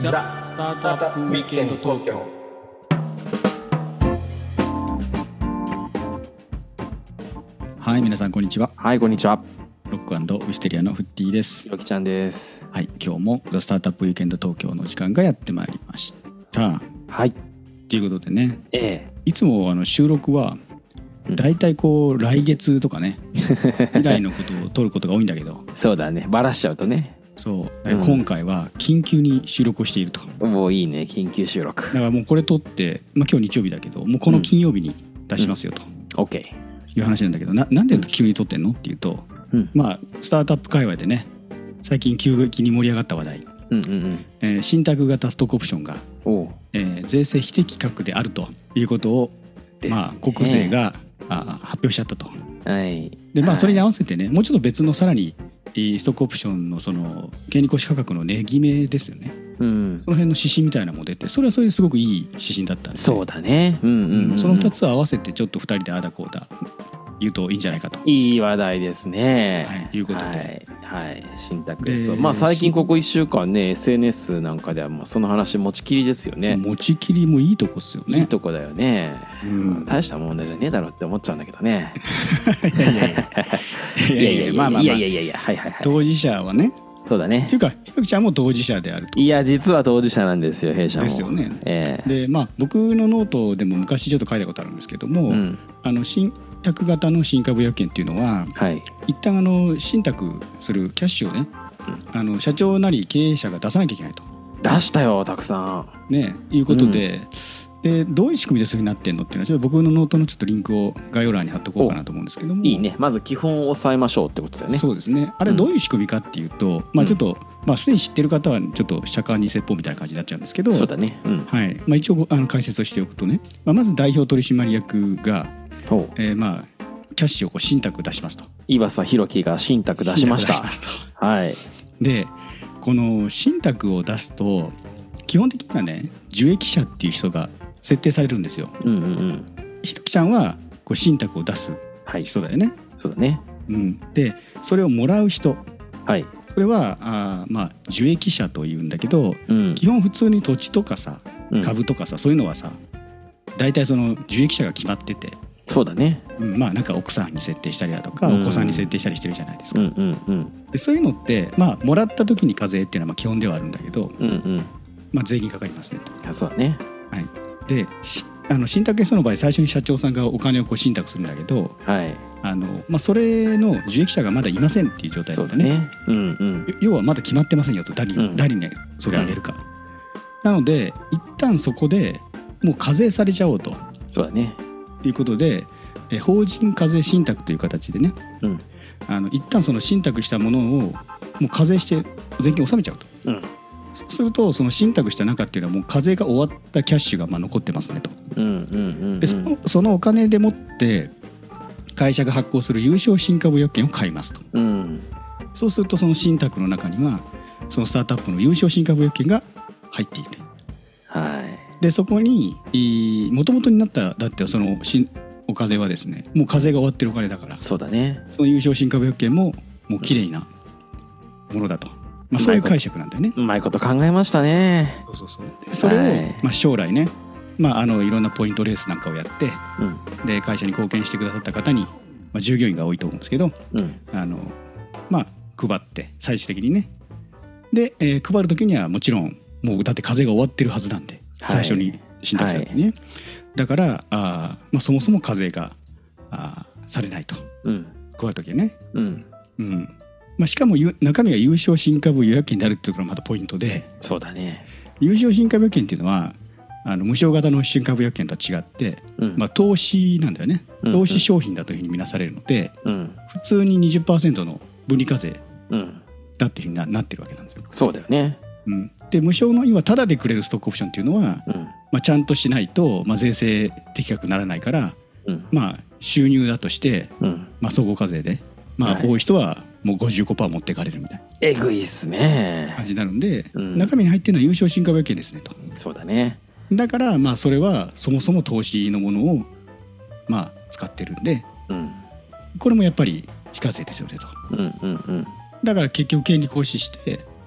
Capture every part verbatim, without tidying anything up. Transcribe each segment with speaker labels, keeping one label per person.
Speaker 1: ザ・スタートアップウィークエンド東京。
Speaker 2: はい、皆さんこんにちは。
Speaker 3: はい、こんにちは。
Speaker 2: ロック&ウィステリアのフッティです。
Speaker 3: ひろきちゃんです。
Speaker 2: はい、今日もザ・スタートアップウィークエンド東京の時間がやってまいりました。
Speaker 3: はい。
Speaker 2: ということでね、
Speaker 3: ええ、
Speaker 2: いつもあの収録はだいたいこう来月とかね、未来のことを撮ることが多いんだけど、
Speaker 3: そうだね。バラしちゃうとね。
Speaker 2: そう、
Speaker 3: うん
Speaker 2: 今回は緊急に収録をしていると。
Speaker 3: もういいね、緊急収録。
Speaker 2: だからもうこれ撮って、まあ、今日日曜日だけど、もうこの金曜日に出しますよと、
Speaker 3: オッケ
Speaker 2: いう話なんだけど、な, なんで急に撮ってんのっていうと、
Speaker 3: ー。うん。
Speaker 2: まあスタートアップ界隈でね、最近急激に盛り上がった話題、
Speaker 3: うんうんうん。
Speaker 2: えー信託型ストックオプションが、
Speaker 3: おう。
Speaker 2: えー税制非適格であるということを、
Speaker 3: ですね
Speaker 2: まあ、国税があ発表しちゃったと。
Speaker 3: はい。
Speaker 2: で、まあ、
Speaker 3: はい
Speaker 2: それに合わせてね、もうちょっと別のさらにえーストックオプションのその権利行使価格の値決めですよね。
Speaker 3: うん。
Speaker 2: その辺の指針みたいなのも出て、それはそれですごくいい指針だったんで、
Speaker 3: そうだね。うんうんうん、うん。
Speaker 2: そのふたつを合わせてちょっとふたりでああだこうだ言うといいんじゃないかと。
Speaker 3: いい話題ですね。
Speaker 2: はい、いうことで、
Speaker 3: はい。はい、信託です。
Speaker 2: で
Speaker 3: まあ最近ここいっしゅうかんね、エスエヌエス なんかではまあその話持ちきりですよね。
Speaker 2: 持ちきりもいいとこっすよね。
Speaker 3: いいとこだよね。
Speaker 2: うん、
Speaker 3: 大した問題じゃねえだろって思っちゃうんだけどね。
Speaker 2: いやいやいやいやいやいや、まあまあまあ、
Speaker 3: いやいやいやいや、はいはいはい。
Speaker 2: 当事者はね、
Speaker 3: そうだね
Speaker 2: っていうかひろきちゃんも当事者であると。
Speaker 3: いや実は当事者なんですよ、弊社も。
Speaker 2: ですよね。
Speaker 3: ええ、
Speaker 2: で、まあ僕のノートでも昔ちょっと書いたことあるんですけども、
Speaker 3: うん、
Speaker 2: あの信託型の新株預金っていうのは、
Speaker 3: はい。
Speaker 2: 一旦あの信託するキャッシュをね、あの社長なり経営者が出さなきゃいけないと、
Speaker 3: 出したよたくさん。
Speaker 2: ね、いうことで、うん、でどういう仕組みでそういうふうになってんのっていうのはちょっと僕のノートのちょっとリンクを概要欄に貼っとこうかなと思うんですけども。
Speaker 3: いいね。まず基本を押さえましょうってことだよね。
Speaker 2: そうですね。あれどういう仕組みかっていうと、うん、まあちょっと、まあすでに知ってる方はちょっと釈迦に説法みたいな感じになっちゃうんですけど、
Speaker 3: そうだね。うん、
Speaker 2: はい。まあ一応あの解説をしておくとね、まあ、まず代表取締役が、えー、まあキャッシュをこう信託出しますと。
Speaker 3: 岩佐弘樹が信託出しました。
Speaker 2: 信託出しますと。
Speaker 3: はい。
Speaker 2: でこの信託を出すと基本的にはね、受益者っていう人が設定されるんですよ。
Speaker 3: うんうんうん。
Speaker 2: ひろきちゃんはこう信託を出す人だよね。
Speaker 3: はい、そうだね。
Speaker 2: うん、でそれをもらう人、
Speaker 3: はい、
Speaker 2: これはあまあ受益者というんだけど、
Speaker 3: うん、
Speaker 2: 基本普通に土地とかさ、株とかさ、うん、そういうのはさ大体その受益者が決まってて、
Speaker 3: そうだね、
Speaker 2: うん、まあなんか奥さんに設定したりだとか、うん、お子さんに設定したりしてるじゃないですか、
Speaker 3: うんうんうん、
Speaker 2: でそういうのってまあもらった時に課税っていうのはまあ基本ではあるんだけど、
Speaker 3: うんうん、
Speaker 2: まあ税金かかりますねと。
Speaker 3: あ、そうだね、
Speaker 2: はい、であの信託系その場合最初に社長さんがお金をこう信託するんだけど、
Speaker 3: はい、
Speaker 2: あのまあ、それの受益者がまだいませんっていう状態なんだね。
Speaker 3: ね、うんうん、
Speaker 2: 要はまだ決まってませんよと、誰に、うん、誰にねそれをあげるか、うん、なので一旦そこでもう課税されちゃおうと、
Speaker 3: そうだね、
Speaker 2: いうことでえ法人課税信託という形でね、うん、あの一旦その信託したものをもう課税して税金を納めちゃうと、うん、そうするとその信託した中っていうのはもう課税が終わったキャッシュがまあ残ってますねと、うんうんうんうん、で そ, のそのお金でもって会社が発行する有償新株預金を買いますと、うん、そうするとその信託の中にはそのスタートアップの有償新株預金が入っている、はい、でそこにもともとになっただってそのお金はですねもう課税が終わってるお金だから、
Speaker 3: そうだね、
Speaker 2: その有償新株預金ももうきれいなものだと、まあ、そういう解釈なんだよね。
Speaker 3: うまいこと考えましたね。
Speaker 2: そうそうそう。でそれを、はい、まあ、将来ね、まあ、あのいろんなポイントレースなんかをやって、うん、で会社に貢献してくださった方に、まあ、従業員が多いと思うんですけど、うん、あのまあ配って最終的にねで、えー、配る時にはもちろんもうだって課税が終わってるはずなんで、はい、最初に信託した時にね、はい、だからあ、まあ、そもそも課税があされないと、うん、配る時はね、うんうんまあ、しかも中身が有償新株預約金であるっていうところがまたポイントで、
Speaker 3: そうだね、
Speaker 2: 有償新株預金っていうのはあの無償型の新株預金とは違って、うんまあ、投資なんだよね、うん、投資商品だというふうに見なされるので、うん、普通に にじゅっパーセント の分離課税だっていうふうに な, なってるわけなんですよ。
Speaker 3: そうだよね、
Speaker 2: うん、で無償の今タダでくれるストックオプションっていうのは、うんまあ、ちゃんとしないと、まあ、税制適格にならないから、うんまあ、収入だとして、うんまあ、総合課税で、まあ、多い人はもう ごじゅうごパーセント 持っていかれるみたいな
Speaker 3: えぐいっすね
Speaker 2: 感じになるんで、うん、中身に入ってるのは有償新株預金ですねと。
Speaker 3: そうだね、
Speaker 2: だからまあそれはそもそも投資のものをまあ使ってるんで、うん、これもやっぱり非課税ですよねと、うんうんうん、だから結局権利行使して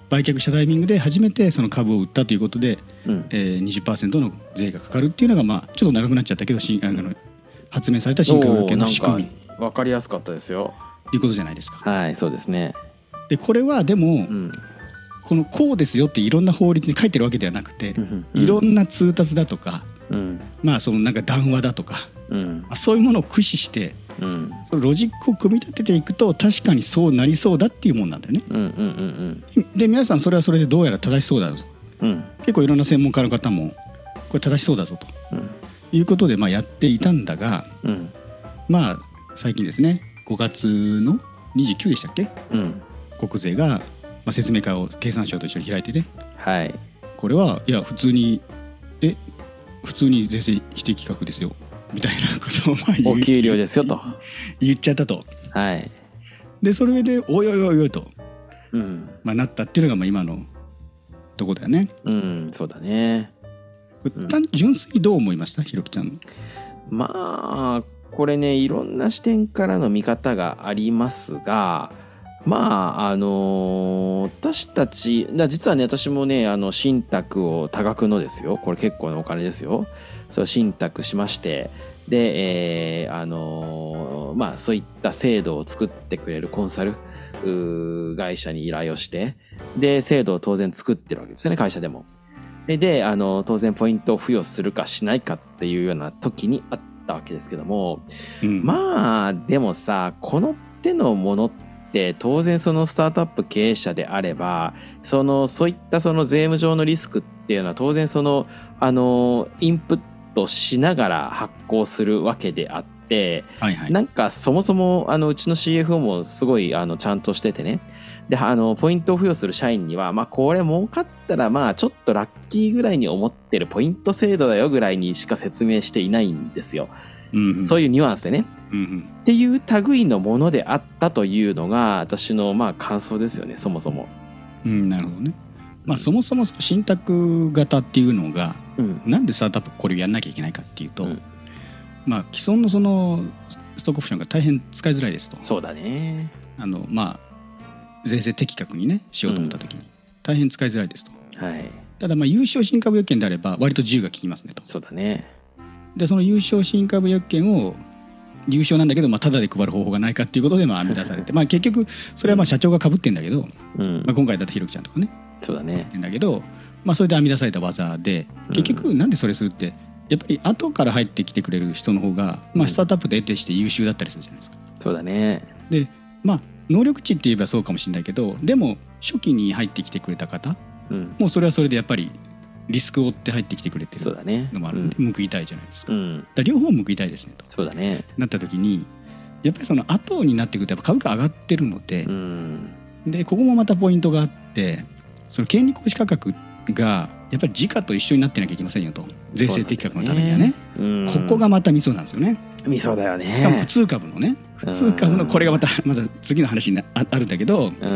Speaker 2: 売却したタイミングで初めてその株を売ったということで、
Speaker 3: うん
Speaker 2: えー、にじゅっパーセント の税がかかるっていうのが、まあ、ちょっと長くなっちゃったけどしあの発明された新株物件の仕組み
Speaker 3: 分かりやすかったですよ
Speaker 2: ということじゃないですか。
Speaker 3: はいそうですね。
Speaker 2: でこれはでも、
Speaker 3: うん、
Speaker 2: このこうですよっていろんな法律に書いてるわけではなくて、
Speaker 3: うんうん、
Speaker 2: いろんな通達だとか、
Speaker 3: うん、
Speaker 2: まあそのなんか談話だとか、
Speaker 3: うん
Speaker 2: まあ、そういうものを駆使して、
Speaker 3: うん、
Speaker 2: そのロジックを組み立てていくと確かにそうなりそうだっていうもんなんだよね。
Speaker 3: うんうんうんうん、
Speaker 2: で皆さんそれはそれでどうやら正しそうだぞ、
Speaker 3: うん、
Speaker 2: 結構いろんな専門家の方もこれ正しそうだぞと、うん、いうことでまあやっていたんだが、うん、まあ最近ですねごがつのにじゅうくでしたっけ、うん、国税が、まあ、説明会を経産省と一緒に開いてね、はい、これはいや普通にえ普通に税制否定規格ですよみたいなことをまあ言
Speaker 3: お給料ですよと
Speaker 2: 言っちゃったと、はい、でそれでおいおいおいおいと、うんまあ、なったっていうのがまあ今のとこだよね。
Speaker 3: うんそうだね。
Speaker 2: 単純粋にどう思いましたひろきちゃん。
Speaker 3: まあこれねいろんな視点からの見方がありますがまああのー、私たち実はね私もねあの信託を多額のですよこれ結構なお金ですよそれを信託しましてで、えー、あのー、まあそういった制度を作ってくれるコンサル会社に依頼をしてで制度を当然作ってるわけですよね会社でも。で, であの当然ポイントを付与するかしないかっていうような時にあったわけですけども、うん、まあでもさこの手のものって当然そのスタートアップ経営者であればそのそういったその税務上のリスクっていうのは当然そのあのインプットしながら発行するわけであって、はいはい、なんかそもそもあのうちの シーエフオー もすごいあのちゃんとしててねであのポイントを付与する社員には、まあ、これ儲かったらまあちょっとラッキーぐらいに思ってるポイント制度だよぐらいにしか説明していないんですよ、うんうん、そういうニュアンスでね、うんうん、っていう類のものであったというのが私のまあ感想ですよねそもそも、
Speaker 2: うん、なるほどね、まあ、そもそも信託型っていうのが、うん、なんでスタートアップこれをやんなきゃいけないかっていうと、うんまあ、既存のそのストックオプションが大変使いづらいですと。
Speaker 3: そうだね
Speaker 2: あのまあ税制適格にねしようと思った時に大変使いづらいですと、はい、ただまあ有償新株預券であれば割と自由が利きますねと。
Speaker 3: そうだね。
Speaker 2: でその有償新株預券を有償なんだけどまあタダで配る方法がないかっていうことでまあ編み出されてまあ結局それはまあ社長が被ってんだけど、うんまあ、今回だとひろきちゃんとかね
Speaker 3: そうだね
Speaker 2: んだけど、まあ、それで編み出された技で結局なんでそれするってやっぱり後から入ってきてくれる人の方が、まあ、スタートアップで得てして優秀だったりするじゃないですか。
Speaker 3: そうだね。
Speaker 2: でまあ能力値って言えばそうかもしれないけどでも初期に入ってきてくれた方、うん、もうそれはそれでやっぱりリスクを負って入ってきてくれてるのもあるんで、ねうん、報いたいじゃないですか、うん、だ両方報いたいですねと
Speaker 3: そうだね
Speaker 2: なった時にやっぱりその後になってくるとやっぱ株価上がってるので、うん、でここもまたポイントがあってその権利行使価格がやっぱり時価と一緒になってなきゃいけませんよと税制適格のためにはね、うん、ここがまたミソなんですよね。
Speaker 3: ミソだよね。
Speaker 2: 普通株のね普通株のこれがまたまた次の話に あ, あるんだけど、うん、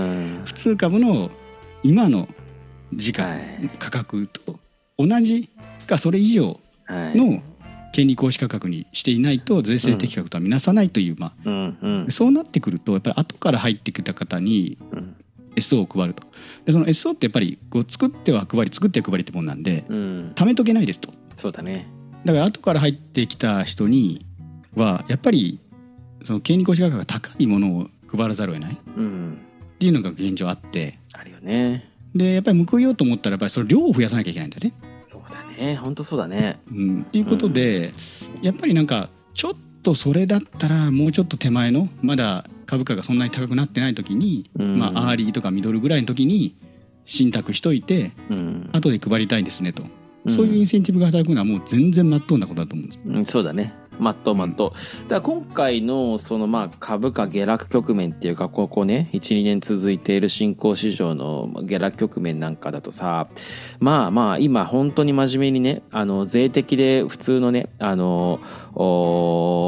Speaker 2: 普通株の今の時価価格と同じかそれ以上の権利行使価格にしていないと税制適格とは見なさないという、まあうんうん、そうなってくるとやっぱり後から入ってきた方に エスオー を配ると。でその エスオー ってやっぱりこう作っては配り作っては配りってもんなんで、うん、貯めとけないですと。
Speaker 3: そうだね。
Speaker 2: だから後から入ってきた人にはやっぱりその権利行使価格が高いものを配らざるを得ない、うん、っていうのが現状あって
Speaker 3: あるよね。
Speaker 2: でやっぱり報いようと思ったらやっぱりその量を増やさなきゃいけないんだよね。
Speaker 3: そうだね本当そうだね、
Speaker 2: うん、っていうことで、うん、やっぱりなんかちょっとそれだったらもうちょっと手前のまだ株価がそんなに高くなってない時に、うん、まあアーリーとかミドルぐらいの時に信託しといて、うん、後で配りたいですねと、うん、そういうインセンティブが働くのはもう全然真っ当なことだと思うんですよ、
Speaker 3: うん、そうだねまっとうまっとう、うん、だから今回のそのまあ株価下落局面っていうかここね いちにねん続いている新興市場の下落局面なんかだとさまあまあ今本当に真面目にねあの税的で普通のねあの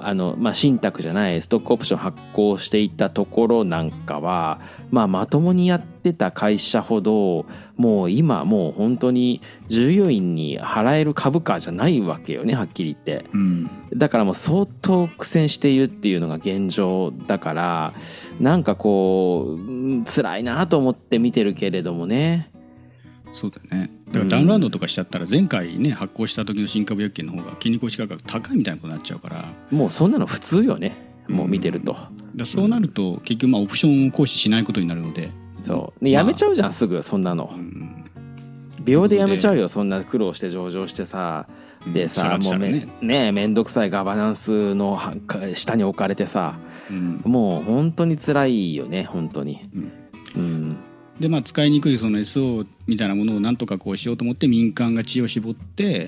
Speaker 3: あの、まあ、信託じゃないストックオプション発行していたところなんかは、まあ、まともにやってた会社ほどもう今もう本当に従業員に払える株価じゃないわけよね、はっきり言って、うん、だからもう相当苦戦しているっていうのが現状だから、なんかこう辛いなと思って見てるけれどもね。
Speaker 2: そうだね。だからダウンロードとかしちゃったら前回ね発行した時の新株薬券の方が金利公式価格高いみたいなことになっちゃうから、
Speaker 3: もうそんなの普通よね、もう見てると、
Speaker 2: うん、だそうなると結局まあオプションを行使しないことになるので、
Speaker 3: そうでやめちゃうじゃん、まあ、すぐそんなの、うん、秒でやめちゃうよ、そんな苦労して上場してさ、でさ、うん、もうめねめんどくさいガバナンスの下に置かれてさ、うん、もう本当に辛いよね本当に、うんうん
Speaker 2: でまあ、使いにくいその エスオー みたいなものをなんとかこうしようと思って民間が知恵を絞って、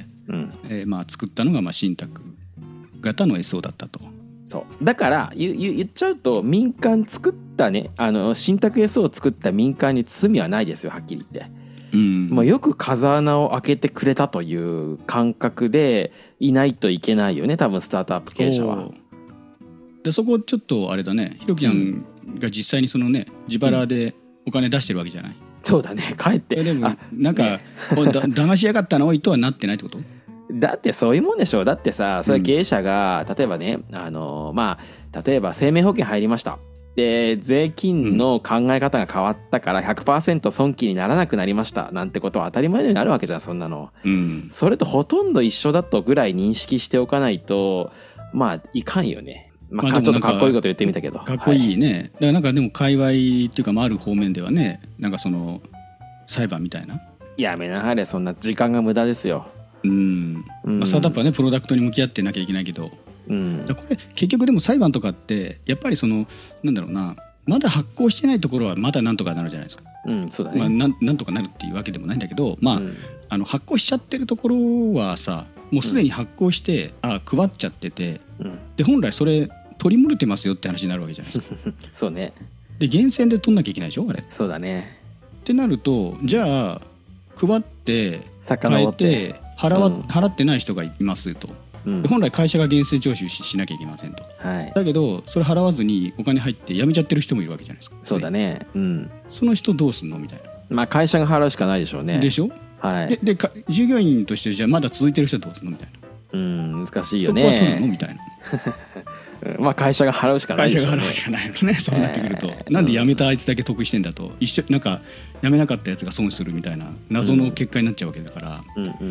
Speaker 2: うんえー、まあ作ったのがまあ信託型の エスオー だったと。
Speaker 3: そうだから言, 言っちゃうと民間作ったねあの信託 エスオー を作った民間に罪はないですよ、はっきり言って、うんまあ、よく風穴を開けてくれたという感覚でいないといけないよね多分スタートアップ経営者は。
Speaker 2: でそこちょっとあれだね、ひろきちゃんが実際にそのね自腹でお金出してるわけじゃない、うん、
Speaker 3: そうだね、帰って
Speaker 2: でもなんか、ね、だ騙しやがったのとはなってないってこと？
Speaker 3: だってそういうもんでしょ。だってさ、それ経営者が、うん、例えばねあのまあ例えば生命保険入りました、で税金の考え方が変わったから ひゃくパーセント 損金にならなくなりましたなんてことは当たり前のようになるわけじゃん、そんなの、うん、それとほとんど一緒だとぐらい認識しておかないとまあいかんよね。まあ、ちょっとかっこいいこと言ってみたけど、
Speaker 2: かっこいいね、はい、だからなんかでも界隈っていうか、まあ、ある方面ではねなんかその裁判みたいな、
Speaker 3: やめなはれ、そんな時間が無駄ですよ。
Speaker 2: うん、うんまあ、スタートアップはねプロダクトに向き合ってなきゃいけないけど、うん、これ結局でも裁判とかってやっぱりそのなんだろうな、まだ発行してないところはまだなんとかなるじゃないですか、
Speaker 3: うんそうだね
Speaker 2: まあ、なん, なんとかなるっていうわけでもないんだけど、まあうん、あの発行しちゃってるところはさもうすでに発行して、うん、あ配っちゃってて、うん、で本来それ取り漏れてますよって話になるわけじゃないですか
Speaker 3: そうね。
Speaker 2: で厳選で取んなきゃいけないでしょあれ。
Speaker 3: そうだね。
Speaker 2: ってなるとじゃあ配って変えて払わ、うん、払ってない人がいますと、うん、で本来会社が厳正徴収 し, しなきゃいけませんと、はい、だけどそれ払わずにお金入って辞めちゃってる人もいるわけじゃないですか。
Speaker 3: そうだね、うん、
Speaker 2: その人どうすんのみたいな。
Speaker 3: まあ会社が払うしかないでしょうね。
Speaker 2: でしょ、はい、でで従業員としてじゃあまだ続いてる人はどうすんのみたいな。
Speaker 3: うん難しいよね。
Speaker 2: そこは取るのみたいな
Speaker 3: まあ会社が払うしかないでしょうね。
Speaker 2: 会社が払うしかないのねそうなってくると、えー、なんで辞めたあいつだけ得してんだと、一緒なんか辞めなかったやつが損するみたいな謎の結果になっちゃうわけだから、うんうんうんうん、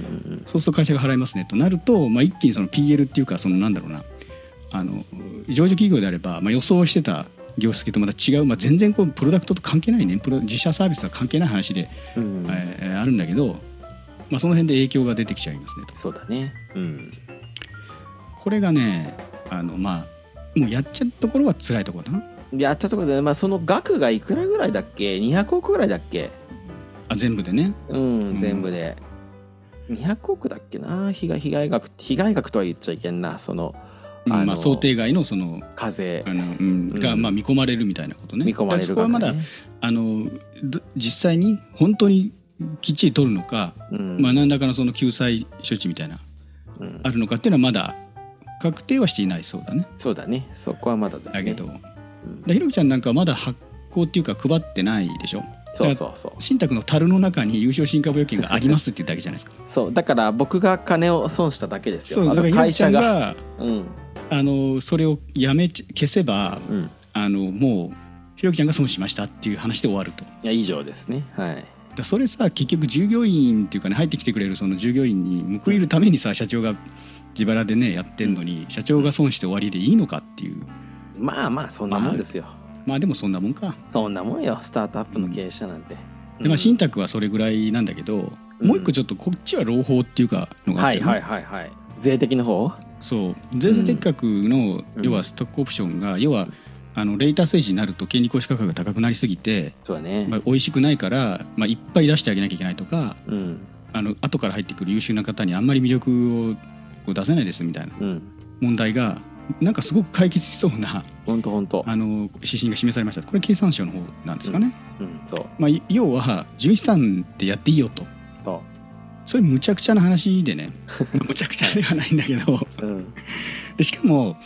Speaker 2: そうすると会社が払いますねとなると、まあ、一気にその ピーエル っていうかそのなんだろうなあの上場企業であれば、まあ、予想してた業績とまた違う、まあ、全然こうプロダクトと関係ないねプロ自社サービスとは関係ない話で、うんえー、あるんだけど、まあ、その辺で影響が出てきちゃいますねと。
Speaker 3: そうだね、うん、
Speaker 2: これがねあのまあもうやっちゃったところは辛いところだな。
Speaker 3: やったところで、まあ、その額がいくらぐらいだっけ、にひゃくおくぐらいだっけ。
Speaker 2: あ全部でね、
Speaker 3: うん、うん、全部でにひゃくおくだっけな。被害被害額被害額とは言っちゃいけんな。その
Speaker 2: あの、うんまあ、想定外のその
Speaker 3: 課税
Speaker 2: あの、うん、が、まあ、見込まれるみたいなことね。
Speaker 3: 見込まれる額ね。
Speaker 2: そこはまだあの実際に本当にきっちり取るのか、うんまあ、何らかのその救済処置みたいな、うん、あるのかっていうのはまだ確定はしていないそうだね。
Speaker 3: そうだね。そこはまだだね。
Speaker 2: だけど、うん、でひろきちゃんなんかまだ発行っていうか配ってないでしょ。
Speaker 3: そうそうそう。
Speaker 2: 信託の樽の中に優勝新株預金がありますっていうだけじゃないですか。
Speaker 3: そうだから僕が金を損しただけですよ。
Speaker 2: そうだから会社が、うん、あのそれをやめ消せば、うん、あのもうひろきちゃんが損しましたっていう話で終わると。
Speaker 3: いや以上ですね。はい。
Speaker 2: だそれさ結局従業員っていうかね入ってきてくれるその従業員に報いるためにさ社長が自腹でねやってんのに社長が損して終わりでいいのかっていう。
Speaker 3: まあまあそんなもんですよ。
Speaker 2: まあ、まあでもそんなもんか。
Speaker 3: そんなもんよスタートアップの経営者なんて、
Speaker 2: うん、でまあ信託はそれぐらいなんだけど、うん、もう一個ちょっとこっちは朗報っていうかのがあって、ね、
Speaker 3: はいはいはいはい税的の方。
Speaker 2: そう税制適格の、うん、要はストックオプションが要はあのレーターステージになると権利行使価格が高くなりすぎて
Speaker 3: そうだね、
Speaker 2: まあ、美味しくないから、まあ、いっぱい出してあげなきゃいけないとか、うん、あの後から入ってくる優秀な方にあんまり魅力をこう出せないですみたいな問題がなんかすごく解決しそうな
Speaker 3: 本当本当
Speaker 2: あの指針が示されました。これ経産省の方なんですかね、
Speaker 3: うんうんそう
Speaker 2: まあ、要は純資産でやっていいよと。
Speaker 3: そう
Speaker 2: それむちゃくちゃな話でねむちゃくちゃではないんだけど、うん、でしかも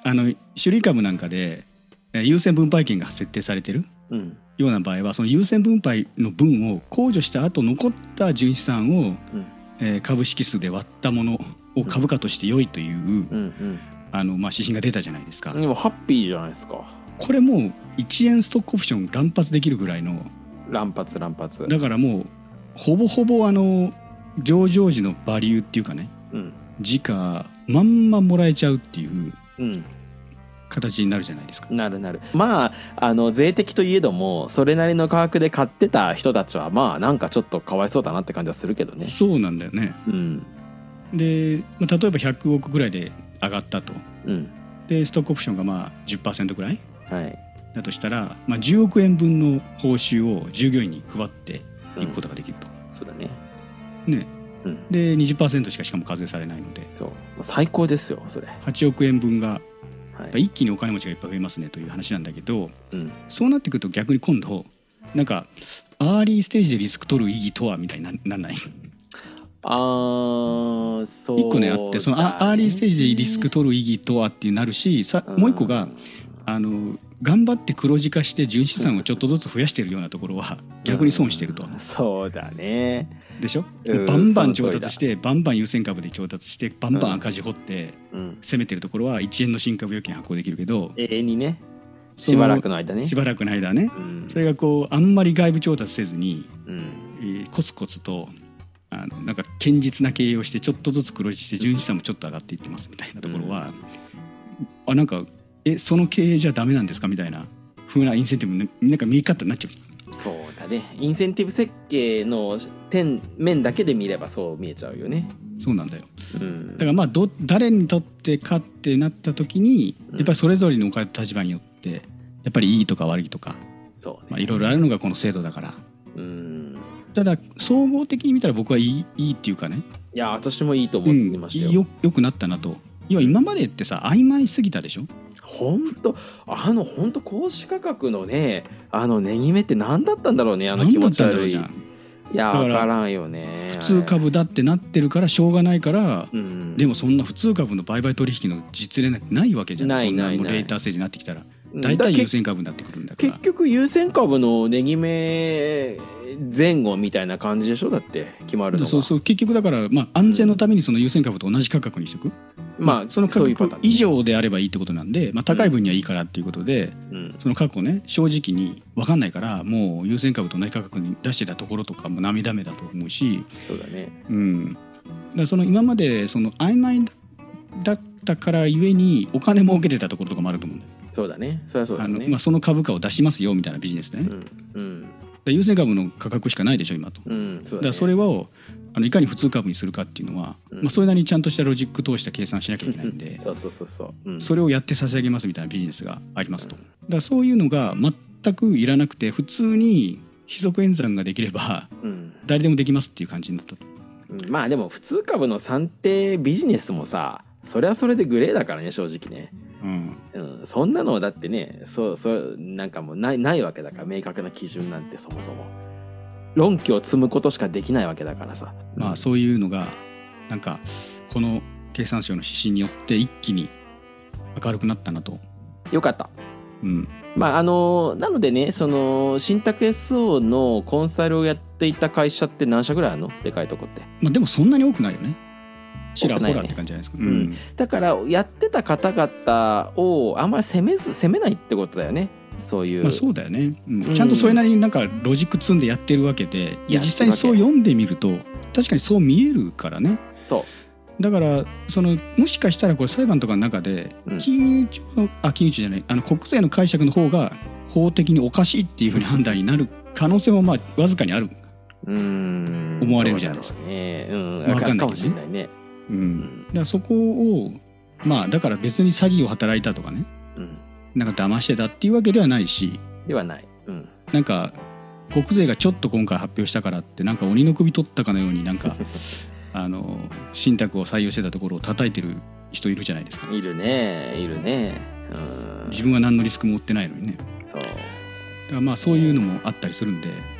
Speaker 2: あの種類株なんかで優先分配権が設定されてるような場合は、その優先分配の分を控除した後残った純資産を、うんえー、株式数で割ったものを株価として良いという、うんうんあのまあ、指針が出たじゃないですか。
Speaker 3: でもハッピーじゃないですか。
Speaker 2: これもういちえんストックオプション乱発できるぐらいの
Speaker 3: 乱発乱発
Speaker 2: だからもうほぼほぼあの上場時のバリューっていうかね、うん、時価まんまもらえちゃうっていう、うん形になるじゃないですか。
Speaker 3: なるなる。まああの税的といえどもそれなりの価格で買ってた人たちはまあなんかちょっとかわいそうだなって感じはするけどね。
Speaker 2: そうなんだよね、うん、で、まあ、例えばひゃくおくぐらいで上がったと、うん、でストックオプションがまあ じゅっパーセント ぐらい、はい、だとしたら、まあ、じゅうおくえんぶんの報酬を従業員に配っていくことができると、
Speaker 3: うん、そうだね
Speaker 2: ね、うん、で にじゅっパーセント しかしかも課税されないので
Speaker 3: そう最高ですよそれ。
Speaker 2: はちおくえんぶんがはい、一気にお金持ちがいっぱい増えますねという話なんだけど、うん、そうなってくると逆に今度なんかアーリーステージでリスク取る意義とはみたいにならない？
Speaker 3: あーそうだね。
Speaker 2: 一個ねあってそのアーリーステージでリスク取る意義とはってなるしさ、もう一個があの頑張って黒字化して純資産をちょっとずつ増やしているようなところは逆に損してると、
Speaker 3: うん、そうだね
Speaker 2: でしょ、うん、バンバン調達してバンバン優先株で調達してバンバン赤字掘って攻めてるところはいちえんの新株預金発行できるけど
Speaker 3: 永遠にねしばらくの間ね
Speaker 2: しばらくの間ね、うん、それがこうあんまり外部調達せずに、うんえー、コツコツとあのなんか堅実な経営をしてちょっとずつ黒字して純資産もちょっと上がっていってますみたいなところは、うん、あなんかえその経営じゃダメなんですかみたいな風なインセンティブのなんか見え方になっちゃう。
Speaker 3: そうだね。インセンティブ設計の点面だけで見ればそう見えちゃうよね。
Speaker 2: そうなんだよ、うん、だからまあど誰にとってかってなった時にやっぱりそれぞれに置かれた立場によってやっぱりいいとか悪いとかそうね、まあ、いろいろあるのがこの制度だから、うん、ただ総合的に見たら僕はいい、いいっていうかね、
Speaker 3: いや私もいいと思ってましたよ、
Speaker 2: うん、よ, よくなったなと。要は今までってさ曖昧すぎたでしょ。
Speaker 3: 本当あの本当公示価格のねあの値決めって何だったんだろうね。あの気持ち悪い。いや分からんよね。
Speaker 2: 普通株だってなってるからしょうがないから、うん、でもそんな普通株の売買取引の実例なんてないわけじゃん。
Speaker 3: ないないない。
Speaker 2: そんなもうレーター制になってきたら大体優先株になってくるんだから。
Speaker 3: 結局優先株の値決め前後みたいな感じでしょ。だって決まるのが。
Speaker 2: そうそう結局だから、まあ、安全のためにその優先株と同じ価格にしておく。まあ、その価格以上であればいいってことなんで、まあ、高い分にはいいからっていうことで、うん、その価格をね正直に分かんないからもう優先株と同じ価格に出してたところとかも涙目だと思うし。
Speaker 3: そうだね、
Speaker 2: うん、だからその今までその曖昧だったからゆえにお金儲けてたところとかもあると思うんだよ。
Speaker 3: そうだねそれはそうだね。
Speaker 2: あの、まあ、その株価を出しますよみたいなビジネスでね、うんうん、だ優先株の価格しかないでしょ今と、うんそうだね、だからそれをあのいかに普通株にするかっていうのは、うんまあ、それなりにちゃんとしたロジック通した計算しなきゃいけないんで
Speaker 3: そうそうそうそう、うん、
Speaker 2: それをやって差し上げますみたいなビジネスがありますと、うん、だからそういうのが全くいらなくて普通に非則演算ができれば、うん、誰でもできますっていう感じになったと、
Speaker 3: うん、まあでも普通株の算定ビジネスもさそれはそれでグレーだからね正直ね、うんうん、そんなのだってねそうそうなんかもうないないわけだから明確な基準なんてそもそも論拠を積むことしかできないわけだからさ、
Speaker 2: まあそういうのがなんかこの経産省の指針によって一気に明るくなったなと。
Speaker 3: よかった、うん、まああのなのでねその信託 エスオー のコンサルをやっていた会社って何社ぐらいあるの？でかいとこって。
Speaker 2: まあでもそんなに多くないよね。ちらほらって感じじゃないですか、ねうん、
Speaker 3: だからやってた方々をあんまり責めず責めないってことだよね。そういう、
Speaker 2: まあ、そうだよね、うんうん、ちゃんとそれなりになんかロジック積んでやってるわけで、いや実際にそう読んでみると確かにそう見えるからね。
Speaker 3: そう
Speaker 2: だからそのもしかしたらこれ裁判とかの中で金融庁のあ金融庁じゃないあの国税の解釈の方が法的におかしいっていうふうに判断になる可能性もまあわずかにあるうーん思われるじゃないですか。
Speaker 3: ね、うん、分かんないけどね。
Speaker 2: うん、だからそこをまあだから別に詐欺を働いたとかね、うん、なんか騙してたっていうわけではないし
Speaker 3: ではない、うん、
Speaker 2: なんか国税がちょっと今回発表したからってなんか鬼の首取ったかのようになんかあの信託を採用してたところを叩いてる人いるじゃないですか。
Speaker 3: いるねいるね、
Speaker 2: うん、自分は何のリスクも負ってないのにね。
Speaker 3: そうだ
Speaker 2: からまあそういうのもあったりするんで、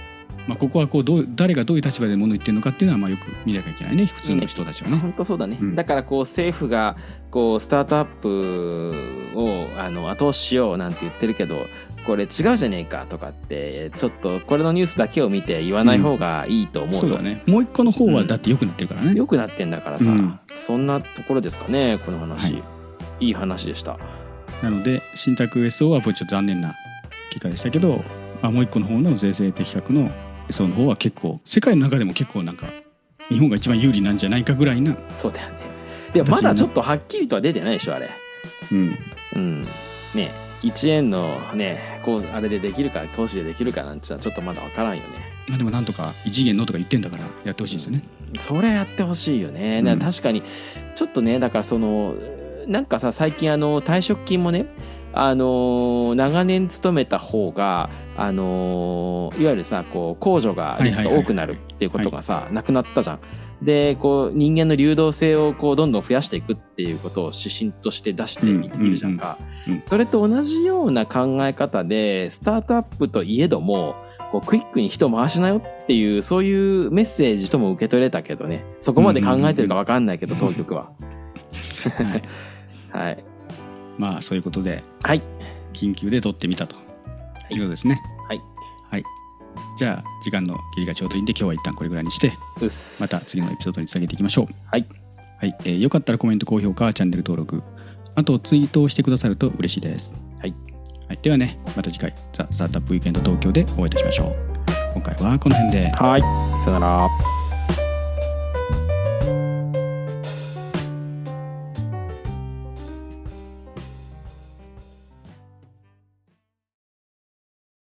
Speaker 2: まあ、ここはこうどう誰がどういう立場で物言ってるのかっていうのはまあよく見なきゃいけないね、普通の人たちはね。
Speaker 3: 本当そうだね、
Speaker 2: うん、
Speaker 3: だからこう政府がこうスタートアップをあの後押ししようなんて言ってるけど、これ違うじゃねえかとかってちょっとこれのニュースだけを見て言わない方がいいと思うと、
Speaker 2: うん、そうだね。もう一個の方はだって良くなってるからね、うん、
Speaker 3: 良くなってんだからさ、うん、そんなところですかねこの話、はい、いい話でした。
Speaker 2: なので信託 エスオー はちょっと残念な結果でしたけど、まあ、もう一個の方の税制的確の エスオー の方は結構世界の中でも結構なんか日本が一番有利なんじゃないかぐらいな。
Speaker 3: そうだよね。でもまだちょっとはっきりとは出てないでしょあれ。
Speaker 2: うん
Speaker 3: うんねいちえんのねこうあれでできるか投資でできるかなんてのはちょっとまだ分からんよね。
Speaker 2: まあでもなんとか異次元のとか言ってんだからやってほしいですよね、
Speaker 3: うん、それやってほしいよね、うん、確かにちょっとねだからそのなんかさ最近あの退職金もねあのー、長年勤めた方が、あのー、いわゆるさこう控除が率が多くなるっていうことがさなくなったじゃん。でこう人間の流動性をこうどんどん増やしていくっていうことを指針として出しているじゃんか、うんうんうん、それと同じような考え方でスタートアップといえどもこうクイックに人回しなよっていうそういうメッセージとも受け取れたけどね、そこまで考えてるか分かんないけど、うんうんうん、当局ははい、はい、
Speaker 2: まあそういうことで、
Speaker 3: はい、
Speaker 2: 緊急で撮ってみたということですね。
Speaker 3: はい、
Speaker 2: はい、じゃあ時間の切りがちょうどいいんで今日は一旦これぐらいにしてまた次のエピソードにつなげていきましょう。
Speaker 3: はい、
Speaker 2: はい、えー、よかったらコメント高評価チャンネル登録あとツイートをしてくださると嬉しいです。
Speaker 3: はい、
Speaker 2: はい、ではねまた次回ザ・スタートアップウィーケンド東京でお会いいたしましょう。今回はこの辺で。
Speaker 3: はい、さよなら。